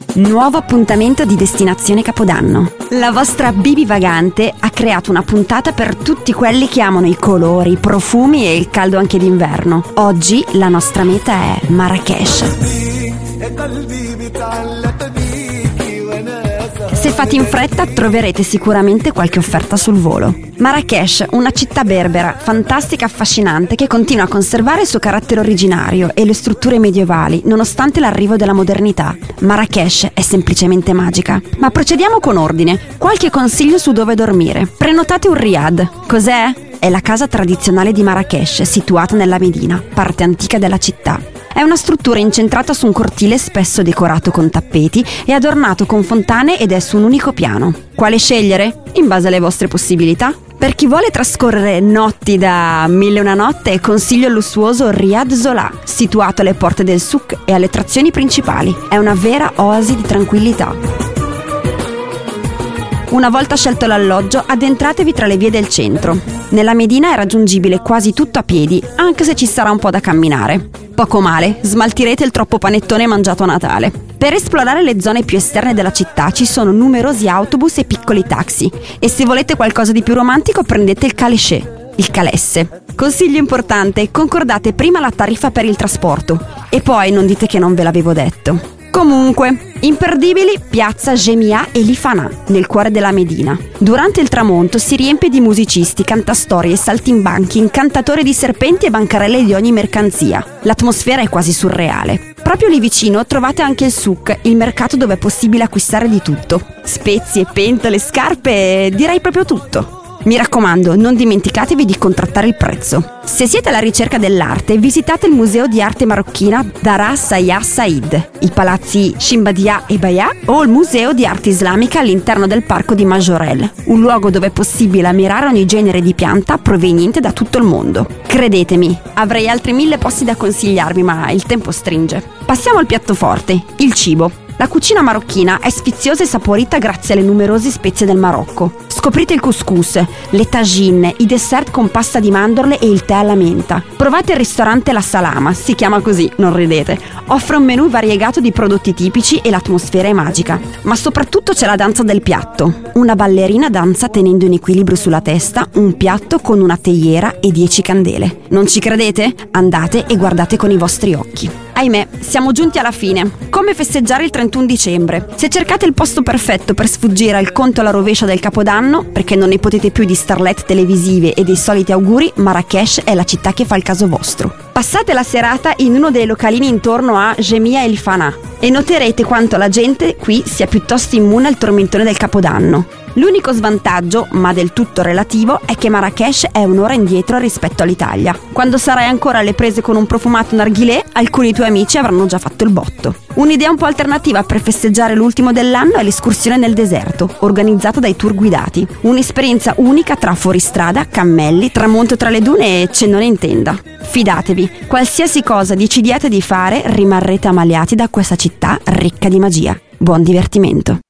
Nuovo appuntamento di Destinazione Capodanno. La vostra Bibi Vagante ha creato una puntata per tutti quelli che amano i colori, i profumi e il caldo anche d'inverno. Oggi la nostra meta è Marrakech. Se fate in fretta troverete sicuramente qualche offerta sul volo. Marrakech, una città berbera, fantastica e affascinante che continua a conservare il suo carattere originario e le strutture medievali, nonostante l'arrivo della modernità. Marrakech è semplicemente magica. Ma procediamo con ordine. Qualche consiglio su dove dormire. Prenotate un riad. Cos'è? È la casa tradizionale di Marrakech, situata nella Medina, parte antica della città. È una struttura incentrata su un cortile spesso decorato con tappeti e adornato con fontane ed è su un unico piano. Quale scegliere? In base alle vostre possibilità. Per chi vuole trascorrere notti da 1001 notte, consiglio il lussuoso Riad Zola, situato alle porte del souk e alle trazioni principali. È una vera oasi di tranquillità. Una volta scelto l'alloggio, addentratevi tra le vie del centro. Nella Medina è raggiungibile quasi tutto a piedi, anche se ci sarà un po' da camminare. Poco male, smaltirete il troppo panettone mangiato a Natale. Per esplorare le zone più esterne della città ci sono numerosi autobus e piccoli taxi, e se volete qualcosa di più romantico prendete il calèche, il calesse. Consiglio importante, concordate prima la tariffa per il trasporto e poi non dite che non ve l'avevo detto. Comunque, imperdibili Piazza Gemia e Lifana, nel cuore della Medina. Durante il tramonto si riempie di musicisti, cantastorie, saltimbanchi, incantatori di serpenti e bancarelle di ogni mercanzia. L'atmosfera è quasi surreale. Proprio lì vicino trovate anche il souk, il mercato dove è possibile acquistare di tutto. Spezie, pentole, scarpe, direi proprio tutto. Mi raccomando, non dimenticatevi di contrattare il prezzo. Se siete alla ricerca dell'arte, visitate il Museo di Arte Marocchina Dara Sayar Said, i palazzi Shimbadia e Baya o il Museo di Arte Islamica all'interno del parco di Majorelle, un luogo dove è possibile ammirare ogni genere di pianta proveniente da tutto il mondo. Credetemi, avrei altri 1000 posti da consigliarvi, ma il tempo stringe. Passiamo al piatto forte, il cibo. La cucina marocchina è sfiziosa e saporita grazie alle numerose spezie del Marocco. Scoprite il couscous, le tagine, i dessert con pasta di mandorle e il tè alla menta. Provate il ristorante La Salama, si chiama così, non ridete. Offre un menù variegato di prodotti tipici e l'atmosfera è magica. Ma soprattutto c'è la danza del piatto. Una ballerina danza tenendo in equilibrio sulla testa un piatto con una teiera e 10 candele. Non ci credete? Andate e guardate con i vostri occhi. Ahimè, siamo giunti alla fine. Come festeggiare il 31 dicembre? Se cercate il posto perfetto per sfuggire al conto alla rovescia del Capodanno, perché non ne potete più di starlet televisive e dei soliti auguri, Marrakech è la città che fa il caso vostro. Passate la serata in uno dei localini intorno a Gemia El Fana e noterete quanto la gente qui sia piuttosto immune al tormentone del Capodanno. L'unico svantaggio, ma del tutto relativo, è che Marrakech è un'ora indietro rispetto all'Italia. Quando sarai ancora alle prese con un profumato narghilè, alcuni tuoi amici avranno già fatto il botto. Un'idea un po' alternativa per festeggiare l'ultimo dell'anno è l'escursione nel deserto, organizzata dai tour guidati. Un'esperienza unica tra fuoristrada, cammelli, tramonto tra le dune e cenone in tenda. Fidatevi, qualsiasi cosa decidiate di fare, rimarrete amaliati da questa città ricca di magia. Buon divertimento!